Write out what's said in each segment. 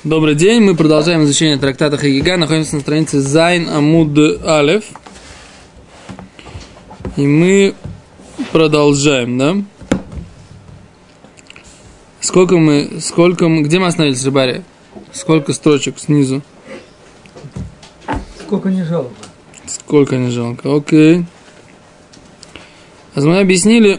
Добрый день, мы продолжаем изучение трактата Хагига, находимся на странице Зайн Амуд Алеф. И мы продолжаем, да? Где мы остановились, Рыбари? Сколько строчек снизу? Сколько не жалко. Сколько не жалко, окей. А мы объяснили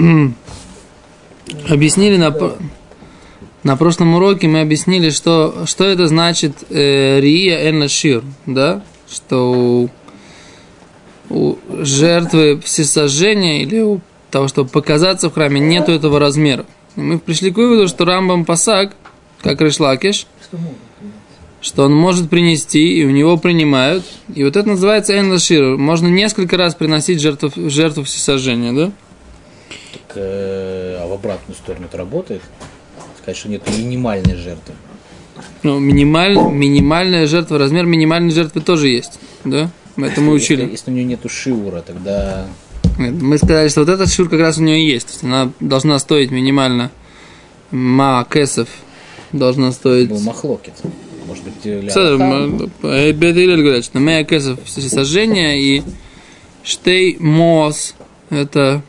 на прошлом уроке мы объяснили, что это значит Рия Эн-Нашир, да? Что у жертвы всесожжения или у того, чтобы показаться в храме, нету этого размера. И мы пришли к выводу, что Рамбам Пасак, как Реш Лакиш, что он может принести, и у него принимают. И вот это называется Эн-Нашир. Можно несколько раз приносить жертву всесожжения, да? Так, а в обратную сторону это работает? Сказать, что нет минимальной жертвы. Ну, минимальная жертва, размер минимальной жертвы тоже есть, да? Это мы учили. Если у нее нету шиура, тогда... Нет, мы сказали, что вот этот шиур как раз у нее есть. То есть она должна стоить минимально ма-кесов. Должна стоить... Был махлокет. Может быть, Бет-Илель говорят, что ма-кесов сожжения и штей моос это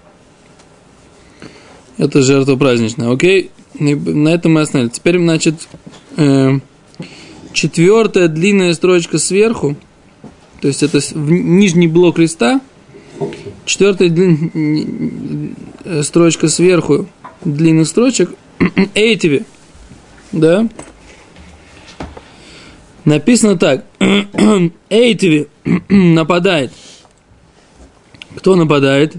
жертва праздничная, окей? На этом мы остановились. Теперь, значит, четвертая длинная строчка сверху, то есть это нижний блок листа, четвертая строчка сверху длинных строчек, Эйтиви, да? Написано так, Эйтиви нападает. Кто нападает?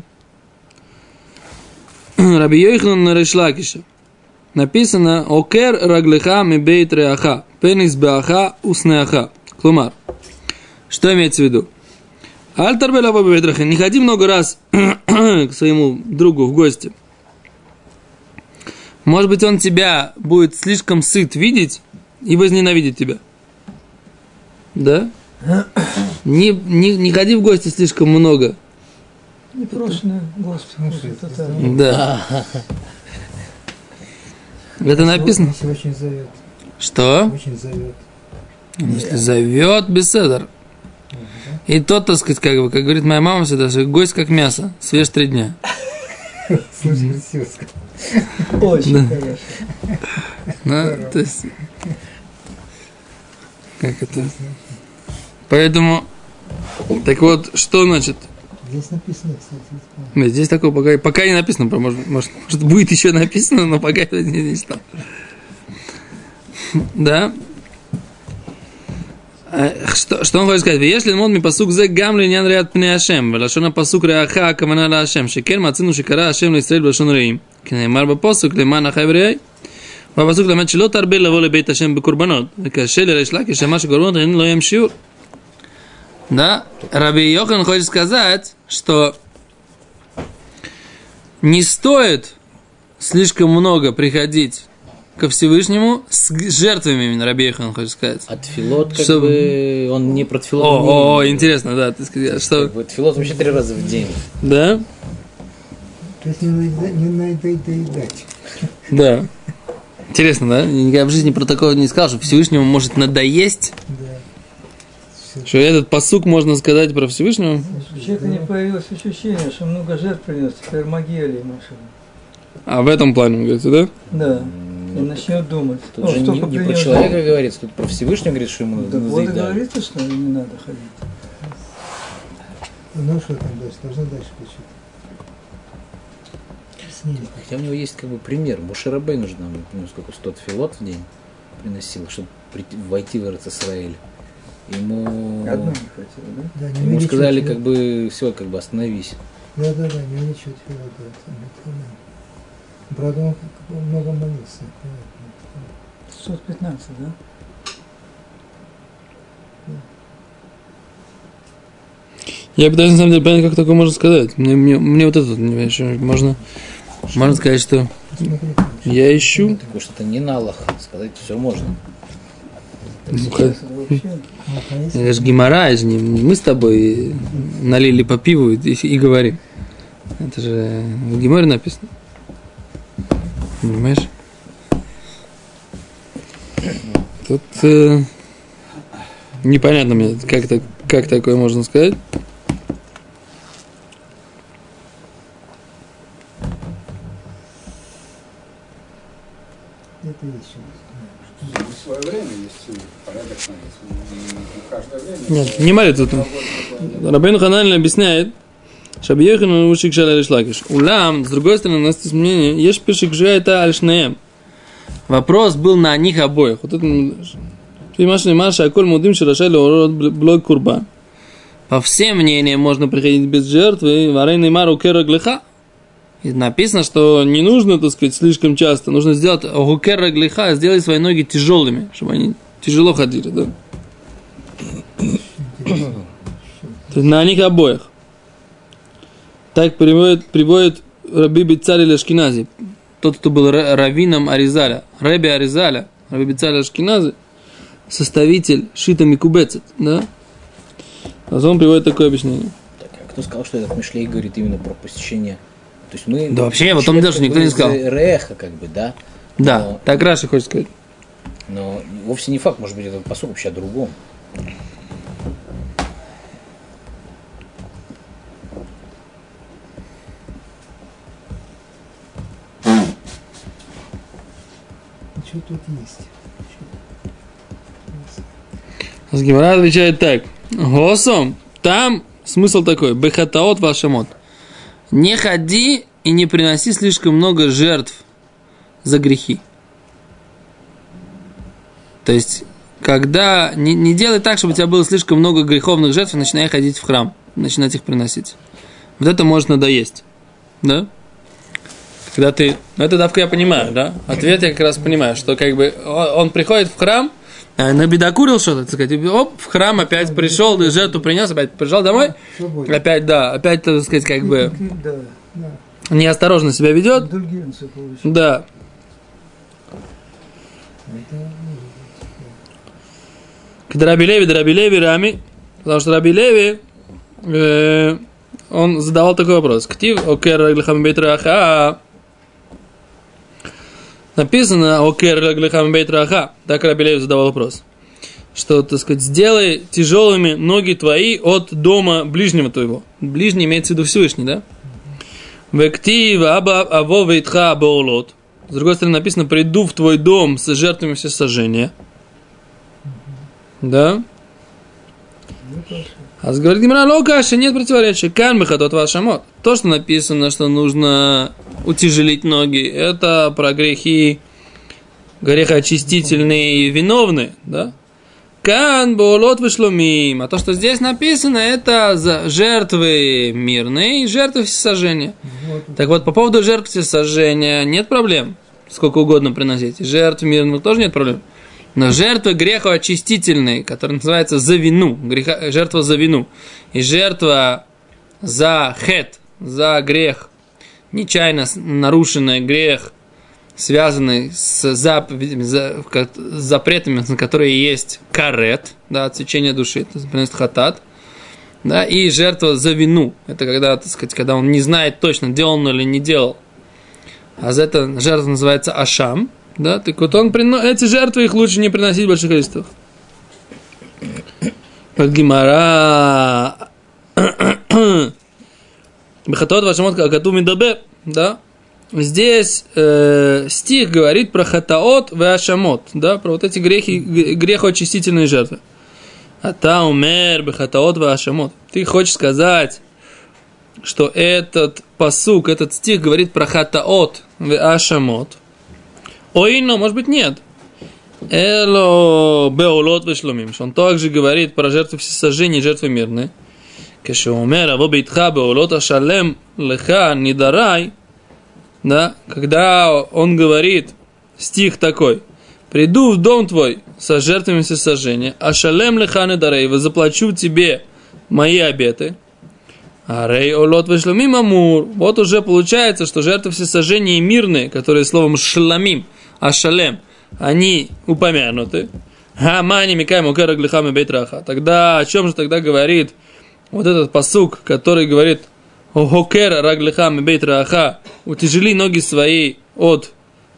Раби Йоханан на Реш Лакиша. Написано «Окер раглиха мибейт реаха, пенис беаха уснеаха». Клумар. Что имеется в виду? Альтар белава бебейт реаха. Не ходи много раз к своему другу в гости. Может быть, он тебя будет слишком сыт видеть и возненавидит тебя. Да? Не ходи в гости слишком много. Непрошенный гость. Да. Это написано. Если очень зовет. Что? Очень зовет. Если зовет, беседер. И тот, так сказать, как говорит моя мама всегда, что гость как мясо, свеж 3 дня. Очень хорошо. Ну, то есть, как это? Поэтому, так вот, что значит? Здесь написано, кстати. Нет, здесь такое пока не написано, может будет еще написано, но пока это не читал. Да? Что он хочет сказать? Если мод ми пасук зе гамли нян риат пне Ашем, велашона пасук реаха кавана ла Ашем, шекер мацину шекара Ашем лисраэль велашон реим. כנאמר בפסוק למען החבר'ה, והפסוק למד שלא תרבה לבוא לבית השם בקורבנות, וכאשר לריש לקיש אמר שקורבנות אין לו ים שיעור. Да, Раби Йохан хочет сказать, что не стоит слишком много приходить ко Всевышнему с жертвами, именно Раби Йохан хочет сказать. А тфилот, как бы, он не про тфилот. О, интересно, да, ты сказал, что... Как бы, тфилот вообще 3 раза в день. Да? То есть не надоедать. Да. Интересно, да? Никогда в жизни про такого не сказал, что Всевышнему может надоесть. Да. Что этот пасук можно сказать про Всевышнего? У человека не появилось ощущение, что много жертв принес, теперь магия машина. А в этом плане, говорится, да? Да. И начнет думать. Тут же не про человека говорится, тут про Всевышнего говорится, что ему да, вот и заедают. говорится, что не надо ходить. Ну что там дальше? Должна дальше включить. Хотя у него есть как бы пример. Моше Рабейну нужно, сколько 100 тфилот в день приносил, чтобы войти в Эрец-Исраэль. Ему Одну не хватило, да? Да, не ему сказали, как бы, все, как бы остановись. Да, не увеличивать тфилот, да. Правда, он много молился. 615, да? Я пытаюсь, на самом деле, понять, как такое можно сказать. Мне вот это еще можно сказать, что я ищу. Такое что-то не на Аллах. Сказать все можно. Это же гемора, это же не мы с тобой налили по пиву и говорим. Это же в геморе написано. Понимаешь? Тут непонятно мне, как такое можно сказать. Это есть. В свое время есть порядок, не каждое время. Нет, не молится тут. Рабейну Хананель объясняет, Шабьехану ушик шаля лишлакиш. Улам, с другой стороны, у нас есть мнение, ешь пишик жа это альшнеем. Вопрос был на них обоих. Вот это Фимашный Маша, Аколь Мудим Ширашай Леород Блой Курбан. По всем мнениям можно приходить без жертвы. Варейный Мару Кера Глиха. И написано, что не нужно, так сказать, слишком часто. Нужно сделать Гукера Глиха, сделать свои ноги тяжелыми, чтобы они тяжело ходили. Да? То есть на них обоих. Так приводит Раби Бицалель Ашкенази. Тот, кто был раввином Аризаля. Раби Аризаля, Раби Бицалель Ашкенази, составитель Шита Микубецет, да? А он приводит такое объяснение. Так, а кто сказал, что этот Мишлей говорит именно про посещение? То есть мы... Да вообще, в том даже никто не сказал. Реха, как бы, да? Да, но, так Раши хочет сказать. Но вовсе не факт, может быть, этот посуд вообще о другом. Что тут есть? Гемара отвечает так. Госом, там смысл такой. Бехатаот вашамот. Не ходи и не приноси слишком много жертв за грехи. То есть, когда не делай так, чтобы у тебя было слишком много греховных жертв, начинай ходить в храм, начинать их приносить. Вот это может надоесть. Да? Когда ты... Ну, это давка я понимаю, да? Ответ я как раз понимаю, что как бы он приходит в храм, набедокурил что-то, так сказать, оп, в храм опять пришел, жертву принес, опять пришел домой, опять, да, опять, так сказать, как бы неосторожно себя ведет. Да. К Раби Леви, Рами, потому что Раби Леви, он задавал такой вопрос. Ктив, окер раглихам бейтраха. Написано окер раглихам бейтраха. Так Раби Леви задавал вопрос. Что, так сказать, сделай тяжелыми ноги твои от дома ближнего твоего. Ближний имеется в виду Всевышний, да? Вектив аба аво вейтха баолот. С другой стороны написано, приду в твой дом с жертвами всесожжения. Да? А говорит Гемара, локаша, нет противоречия. Кан бехатот вашамот. То, что написано, что нужно утяжелить ноги, это про грехи грехоочистительные и виновные, да? Кан боолот вышломим. А то, что здесь написано, это за жертвы мирные и жертвы всесожжения. Так вот, по поводу жертв всесожжения нет проблем. Сколько угодно приносить. Жертв мирных тоже нет проблем. Но жертвы грехоочистительные, которые называются за вину, жертва за вину, и жертва за хет, за грех, нечаянно нарушенный грех, связанный с запретами, на которые есть карет, да, отсечение души, это приносит хатат, да, и жертва за вину, это когда, так сказать, когда он не знает точно, делал он или не делал, а за это жертва называется ашам. Да, так вот эти жертвы их лучше не приносить в больших количествах. Под Гемара Бехатот вашамот акату мидабе, да. Здесь стих говорит про хатаот вашамот, да, про вот эти грехоочистительные жертвы. Ата умер бехатаот вашамот. Ты хочешь сказать, что этот пасук, этот стих говорит про хатаот вашамот? Ой, но, может быть, нет. Эло беолот вышломим. Он также говорит про жертвы всесожжения и жертвы мирные. Кешеумер аво бейтха беолот ашалем леха нидарай. Да, когда он говорит, стих такой: приду в дом твой со жертвами всесожжения, ашалем леха нидарай, заплачу тебе мои обеты. Арей олот вышломим амур. Вот уже получается, что жертвы всесожжения и мирные, которые словом шламим, ашалем, они упомянуты. Хамани микаем укера глихами бейтраха. Тогда о чем же тогда говорит вот этот пасук, который говорит охокера раглихами бейтраха, утяжели ноги свои от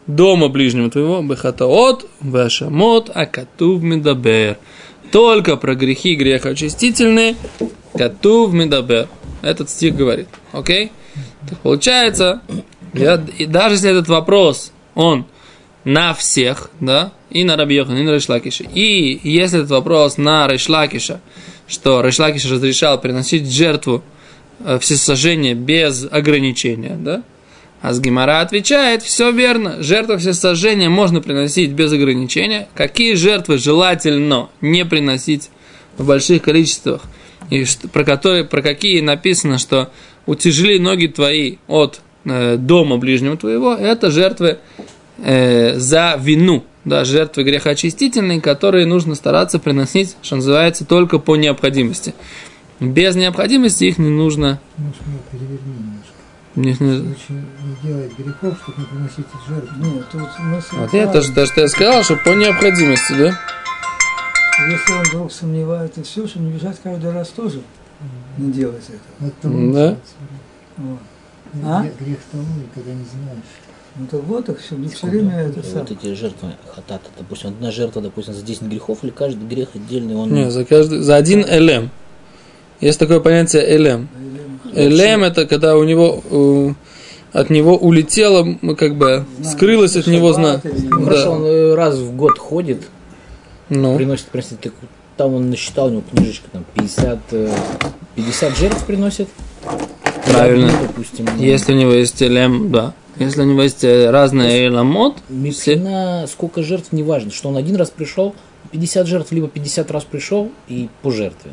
дома ближнего твоего, бехатаот, вешамот, акатув медабер. Только про грехи грехоочистительные, катув медабер. Этот стих говорит. Окей? Так получается, даже если этот вопрос, он на всех, да, и на Раби Йоханана, и на Рейш Лакиша, и если этот вопрос на Рейш Лакиша, что Рейш Лакиш разрешал приносить жертву всесожжения без ограничения, да, а с Гемара отвечает, все верно, жертву всесожжения можно приносить без ограничения. Какие жертвы желательно не приносить в больших количествах, и про какие написано, что утяжели ноги твои от дома ближнего твоего, это жертвы за вину, да, жертвы грехоочистительные, которые нужно стараться приносить, что называется, только по необходимости. Без необходимости их не нужно. Переверни немножко. Не делает грехов, чтобы не приносить жертву. Нет, тут мысль. Вот это что я сказал, что по необходимости, да? Если он вдруг сомневается, все, чтобы не бежать каждый раз тоже не делать этого. Да. Вот. Грех тому, когда не знаешь. Ну так вот, так все, не все время это самое. Вот эти жертвы хатата, допустим, одна жертва, допустим, за 10 грехов, или каждый грех отдельный, он... Не, за один элем. Есть такое понятие элем. Элем это когда у него от него улетело, как бы скрылось от него знак. Ну, хорошо, он раз в год ходит, Ну. приносит, там он насчитал, у него книжечка, там 50 жертв приносит. Правильно. Одну, допустим, Если у него есть элем, да. Если у него есть разные эламот, на сколько жертв, не важно, что он один раз пришел, 50 жертв, либо 50 раз пришел и по жертве.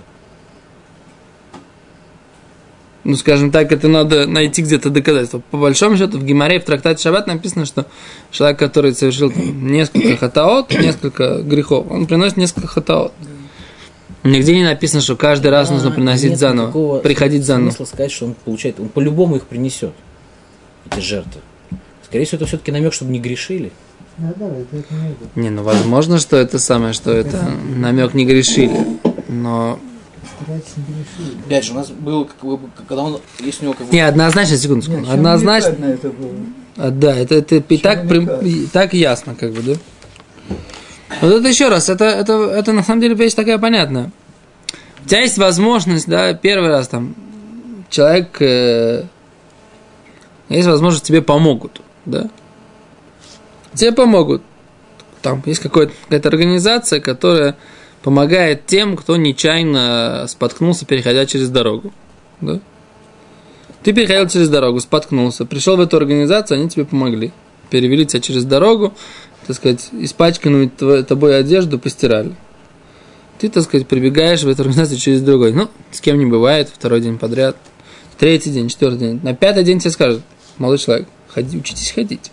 ну, скажем так, это надо найти где-то доказательства. По большому счету, в Гемаре, в трактате Шаббат написано, что человек, который совершил несколько хатаот, несколько грехов, он приносит несколько хатаот. Нигде не написано, что каждый раз нужно приносить заново, приходить заново. Смысла сказать, что он получает, он по-любому их принесет, эти жертвы. Скорее всего, это все-таки намек, чтобы не грешили. Да, это не это. Не, ну возможно, что это самое, что это намек не грешили, но... Старайтесь не грешить. Опять же, у нас было, когда он, есть у него как бы... Не, однозначно, секундочку, Нет, однозначно... чем это было? Да, это и так ясно, как бы, да? Вот это еще раз, это на самом деле вещь такая понятная. У тебя есть возможность, да, первый раз там, человек, есть возможность, тебе помогут, да? Тебе помогут. Там есть какая-то организация, которая помогает тем, кто нечаянно споткнулся, переходя через дорогу, да? Ты переходил через дорогу, споткнулся, пришел в эту организацию, они тебе помогли. Перевели тебя через дорогу, так сказать, испачканную тобой одежду постирали. Ты, так сказать, прибегаешь в эту организацию через другой. Ну, с кем не бывает, второй день подряд, третий день, четвертый день. На пятый день тебе скажут: молодой человек, учитесь ходить.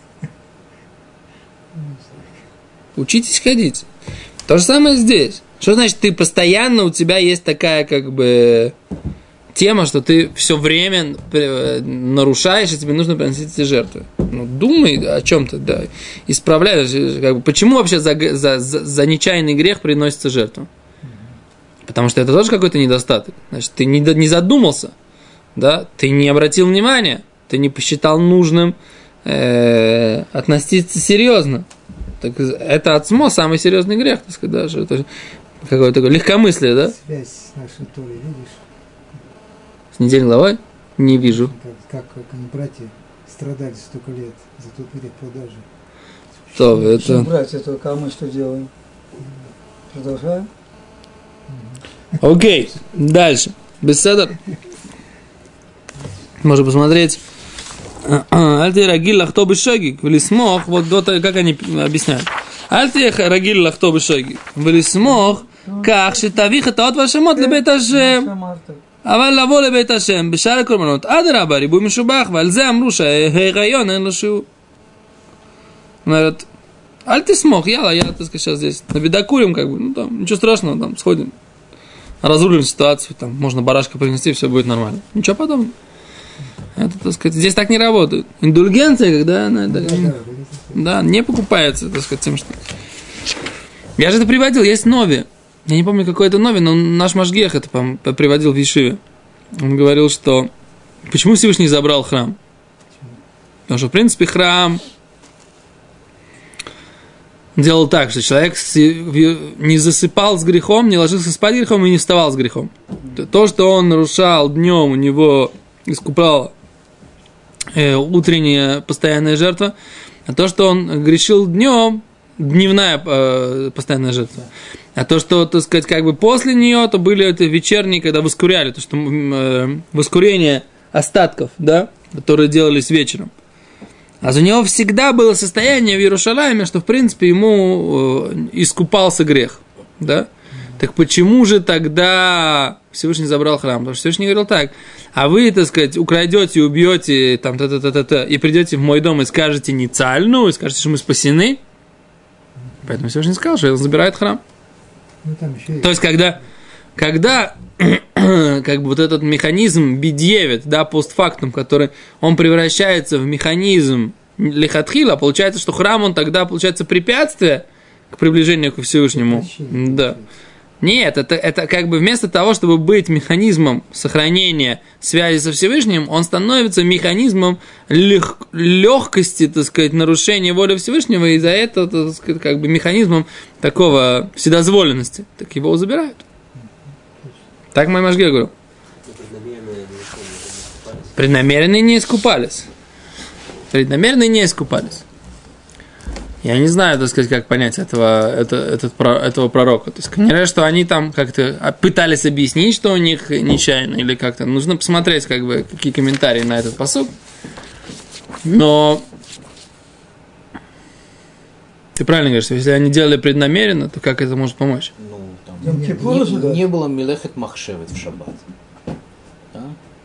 Учитесь ходить. То же самое здесь. Что значит, ты постоянно, у тебя есть такая, как бы, тема, что ты все время нарушаешь, и тебе нужно приносить эти жертвы. Ну, думай о чем-то, да, исправляй. Как бы, почему вообще за нечаянный грех приносится жертва? Потому что это тоже какой-то недостаток. Значит, ты не задумался, да, ты не обратил внимания, ты не посчитал нужным относиться серьезно. Так это отсмо самый серьезный грех, так сказать, да, что это какое-то такое легкомыслие, да? Связь с нашей Торой, видишь? С недельной главой? Не вижу. Как они, братья, страдали столько лет за тот грех продажи. Что это? Чем брать это, а мы что делаем? Продолжаем? Окей, дальше. Беседа. Можно посмотреть. Альти рагиль лахто бешогик, влисмох, вот как они объясняют. Альти рагиль лахто бешогик, влисмох, как шитавих это от вашемот лебет Ашем. אבל לבוא לבית השם בשאר הקורבנות, אדרבה, ריבוי משובח, ועל זה אמרו שההיריון אין לו שיעור. זאת אומרת, אל תסמוך, יאללה, так сказать, сейчас здесь навидокурим, как бы, ну там, ничего страшного, там, сходим, разрулим ситуацию, там, можно барашка принести, все будет нормально. Ничего подобного. Это, так сказать, здесь так не работает. Индульгенция, когда она, да, не покупается, так сказать, тем, что... Я же это приводил, есть Нови. Я не помню, какой это Нови, но наш Машгех это приводил в Ешиве. Он говорил, что почему Всевышний забрал храм? Потому что, в принципе, храм делал так, что человек не засыпал с грехом, не ложился спать с грехом и не вставал с грехом. То, что он нарушал днем, у него искупала утренняя постоянная жертва, а то, что он грешил днем, дневная постоянная жертва. А то, что, так сказать, как бы после нее, то были это вечерние, когда воскуряли, то, что воскурение остатков, да, которые делались вечером. А у него всегда было состояние в Иерусалиме, что, в принципе, ему искупался грех, да. Так почему же тогда Всевышний забрал храм? Потому что Всевышний говорил так: а вы, так сказать, украдете, убьете, там, и придете в мой дом и скажете ницальну, и скажете, что мы спасены. Поэтому Всевышний сказал, что он забирает храм. Ну, там еще То есть, когда как бы вот этот механизм бедьевит, да, постфактум, который он превращается в механизм лихатхила, получается, что храм, он тогда, получается, препятствие к приближению к Всевышнему. Да. Нет, это как бы вместо того, чтобы быть механизмом сохранения связи со Всевышним, он становится механизмом легкости, так сказать, нарушения воли Всевышнего, и за это, так сказать, как бы механизмом такого вседозволенности. Так его забирают. Так мой Машгех говорил. Преднамеренные не искупались. Преднамеренные не искупались. Я не знаю, так сказать, как понять этого пророка. То есть, конечно, что они там как-то пытались объяснить, что у них нечаянно, или как-то. Нужно посмотреть, как бы, какие комментарии на этот пасук. Но ты правильно говоришь, что если они делали преднамеренно, то как это может помочь? Ну, там не было милехет махшевет в шаббат. Да?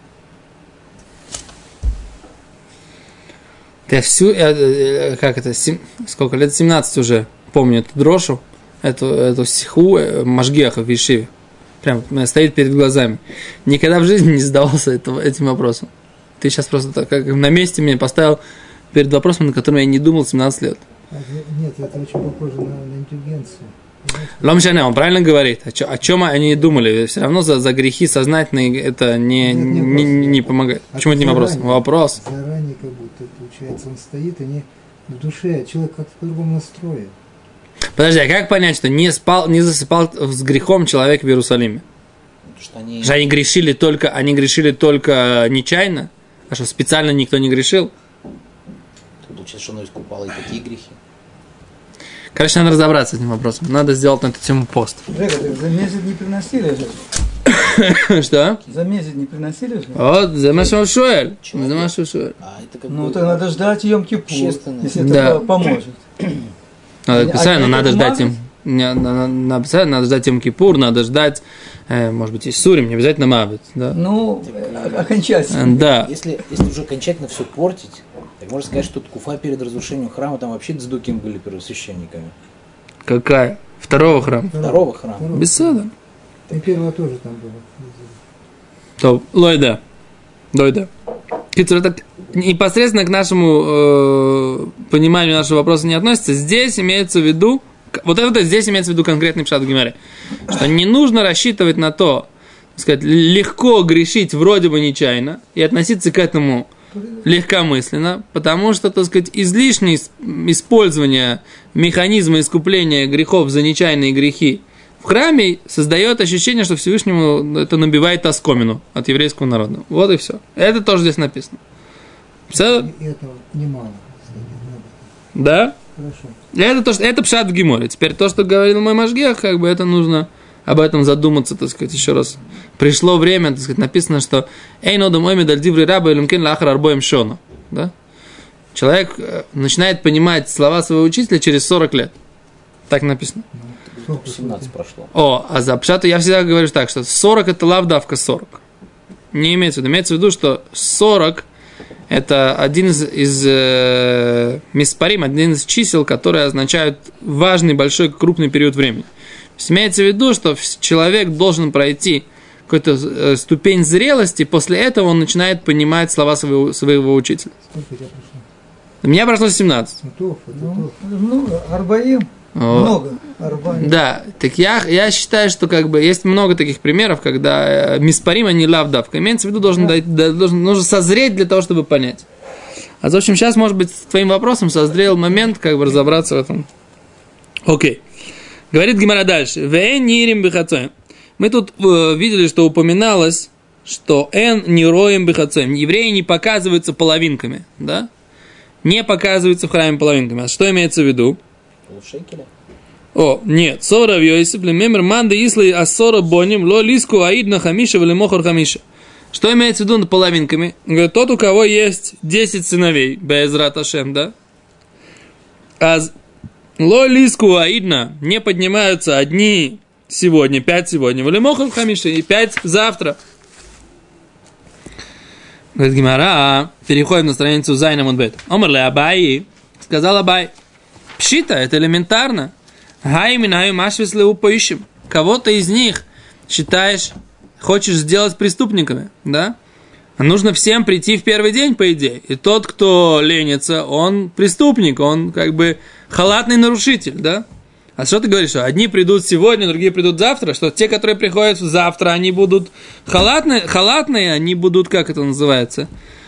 Сколько лет? 17 уже помню эту дрошу, эту сиху Машгеха в Ешиве. Прям стоит перед глазами. Никогда в жизни не задавался этим вопросом. Ты сейчас просто так, как на месте меня поставил перед вопросом, на котором я не думал 17 лет. Нет, это очень похоже на интеллигенцию. Ломшане, он правильно говорит. О чем они думали? Все равно за грехи сознательные это не помогает. Почему это не вопрос? Вопрос. Заранее как будто, получается, он стоит, и не в душе, человек как-то по-другому настроен. Подожди, а как понять, что не засыпал с грехом человек в Иерусалиме? Что они грешили только нечаянно? А что, специально никто не грешил? Получается, что оно искупало и такие грехи. Короче, надо разобраться с этим вопросом. Надо сделать на эту тему пост. Жека, ты за месяц не приносили же? Что? За месяц не приносили же? Вот, за Машал Шуэль. А это как Ну, бы то надо ждать Йом-Кипур, общественное. если это Да. поможет. Надо писать, но это надо ждать мазать? надо ждать Йом-Кипур, надо ждать, может быть, Иссурим, не обязательно Мавит. Да. Ну, окончательно. Да. Если уже окончательно все портить, так можно сказать, что Ткуфа перед разрушением храма, там вообще дздуким были первосвященниками. Какая? Второго храма? Второго храма. Беседа. И первого тоже там было. То, Лойда. Это непосредственно к нашему пониманию нашего вопроса не относится. Здесь имеется в виду, здесь имеется в виду конкретный пшат в Гемаре, что не нужно рассчитывать на то, так сказать, легко грешить вроде бы нечаянно и относиться к этому легкомысленно, потому что, так сказать, излишнее использование механизма искупления грехов за нечаянные грехи в храме создает ощущение, что Всевышнему это набивает оскомину от еврейского народа. Вот и все. Это тоже здесь написано. Все? И этого немало. Да? Хорошо. Это пшат в Геморе. Теперь то, что говорил мой Машгех, как бы это нужно об этом задуматься, так сказать, еще раз. Пришло время, так сказать, написано, что «Эйно домой медаль диври раба илюмкин лахар арбоем шону». Да? Человек начинает понимать слова своего учителя через 40 лет. Так написано. 17 прошло. А за пшату я всегда говорю так, что 40 это лавдавка 40. Не имеется в виду. Имеется в виду, что 40 это один из миспарим, один из чисел, которые означают важный, большой, крупный период времени. То есть имеется в виду, что человек должен пройти какую-то ступень зрелости, после этого он начинает понимать слова своего учителя. Сколько у тебя прошло? У меня прошло 17. Арбаим. Много. Арбаим. Да, так я считаю, что как бы есть много таких примеров, когда миспарим, а не лавдавка. Имеется в виду, нужно созреть для того, чтобы понять. А в общем, сейчас, может быть, с твоим вопросом созрел момент, как бы разобраться в этом Окей. Говорит Гемара дальше. Вэн нирим бихацоем. Мы тут видели, что упоминалось, что эн не роем бихацоем. Евреи не показываются половинками, да? Не показываются в храме половинками. А что имеется в виду? Полшекеля. О, нет. Сора в Йосиф, лемемер манды ислы ассора боним, ло лиску аидна хамиша велемохор хамиша. Что имеется в виду над половинками? Говорит, тот, у кого есть 10 сыновей, Безрат Ашем, да? А ло лиску аидна не поднимаются одни сегодня, 5 сегодня, велемохор хамиша, и 5 завтра. Говорит Гемара, переходим на страницу Зайна Мудбет. Омерле Абай, сказал Абай, пшита, это элементарно. Гайминаю машвислеу поищем. Кого-то из них считаешь, хочешь сделать преступниками, да? Нужно всем прийти в первый день, по идее. И тот, кто ленится, он преступник, он как бы халатный нарушитель, да? А что ты говоришь, что одни придут сегодня, другие придут завтра? Что те, которые приходят завтра, они будут халатные, они будут, как это называется?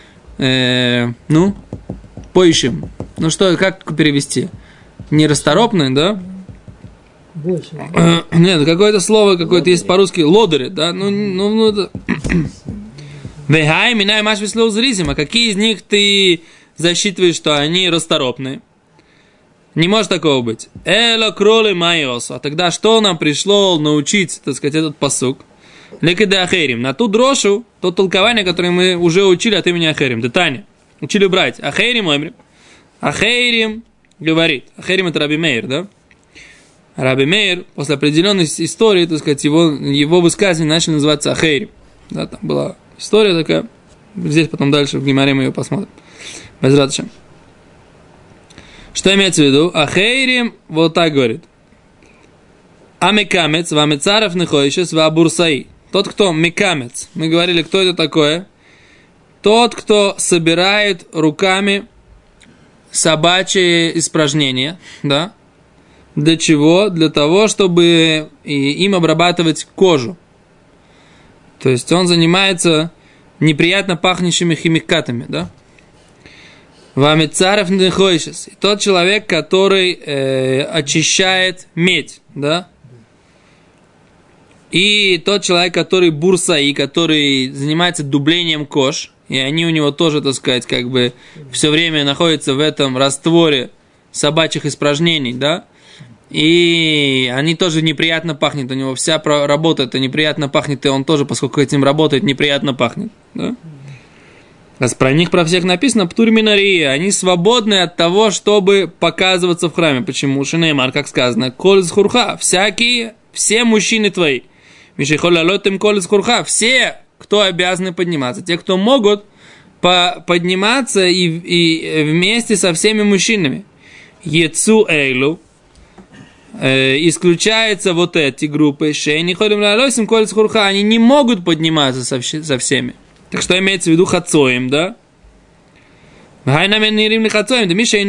Поищем. Ну что, как перевести? Нерасторопные, да? Больше. Нет, какое-то слово какое-то есть по-русски. Лодыри, да? Это... Вехай, минай, маш веслоу зризим. А какие из них ты засчитываешь, что они расторопные? Не может такого быть. Эло кроли майос. А тогда что нам пришло научить, так сказать, этот пасук? Лекеде ахерим. На ту дрошу, то толкование, которое мы уже учили от имени Ахерим. Детание. Учили брать. Ахерим, омрим. Ахерим говорит. Ахерим это Раби Мейр, да? Раби Мейр, после определенной истории, так сказать, его высказывания начали называться Ахерим. Да, там была история такая. Здесь потом дальше в Гемаре мы ее посмотрим. Безрат Ашем. Что имеется в виду? Ахерим вот так говорит. Амекамец, вамецаров нехоишес, вабурсаи. Тот, кто мекамец. Мы говорили, кто это такое? Тот, кто собирает руками собачьи испражнения, да? Для чего? Для того, чтобы им обрабатывать кожу. То есть он занимается неприятно пахнущими химикатами, да? Вамецаров нехоишес. Тот человек, который очищает медь, да? И тот человек, который бурсаи, который занимается дублением кож, и они у него тоже, так сказать, как бы все время находятся в этом растворе собачьих испражнений, да? И они тоже неприятно пахнет, у него вся работа это неприятно пахнет, и он тоже, поскольку этим работает, неприятно пахнет, да? Раз про них, про всех написано, птурминария, они свободны от того, чтобы показываться в храме. Почему? Шинеймар, как сказано, колец хурха, всякие, все мужчины твои. Мишихолалотем колец хурха, все, кто обязаны подниматься, те, кто могут подниматься и вместе со всеми мужчинами. Ецу эйлу, исключаются вот эти группы, шейнихолем лалосим колец хурха, они не могут подниматься со всеми. Так что имеется в виду хацоим, да? Что имеется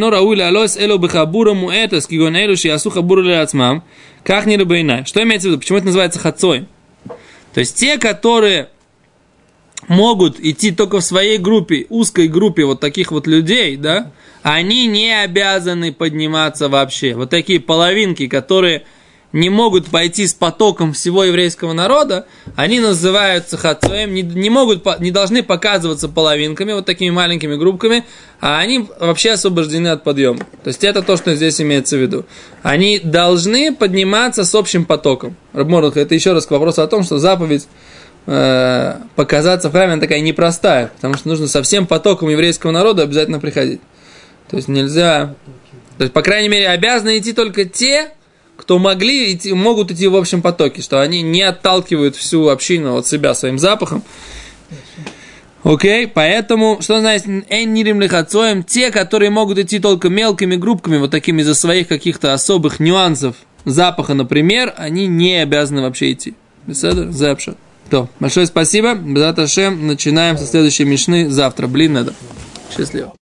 в виду? Почему это называется хацоим? То есть те, которые могут идти только в своей группе, узкой группе вот таких вот людей, да, они не обязаны подниматься вообще. Вот такие половинки, которые не могут пойти с потоком всего еврейского народа, они называются хацоем, не должны показываться половинками, вот такими маленькими группками, а они вообще освобождены от подъема. То есть это то, что здесь имеется в виду. Они должны подниматься с общим потоком. Раб Мордехай, это еще раз к вопросу о том, что заповедь показаться в храме, она такая непростая, потому что нужно со всем потоком еврейского народа обязательно приходить. То есть нельзя... То есть, по крайней мере, обязаны идти только те, кто могли идти, могут идти в общем потоке, что они не отталкивают всю общину от себя своим запахом. Окей, поэтому, что значит «эннирим лихацоем», те, которые могут идти только мелкими группками, вот такими из-за своих каких-то особых нюансов запаха, например, они не обязаны вообще идти. Беседа? Запшат. То, большое спасибо. Безрат Ашем. Начинаем со следующей мишны завтра. Блин, надо. Счастливо.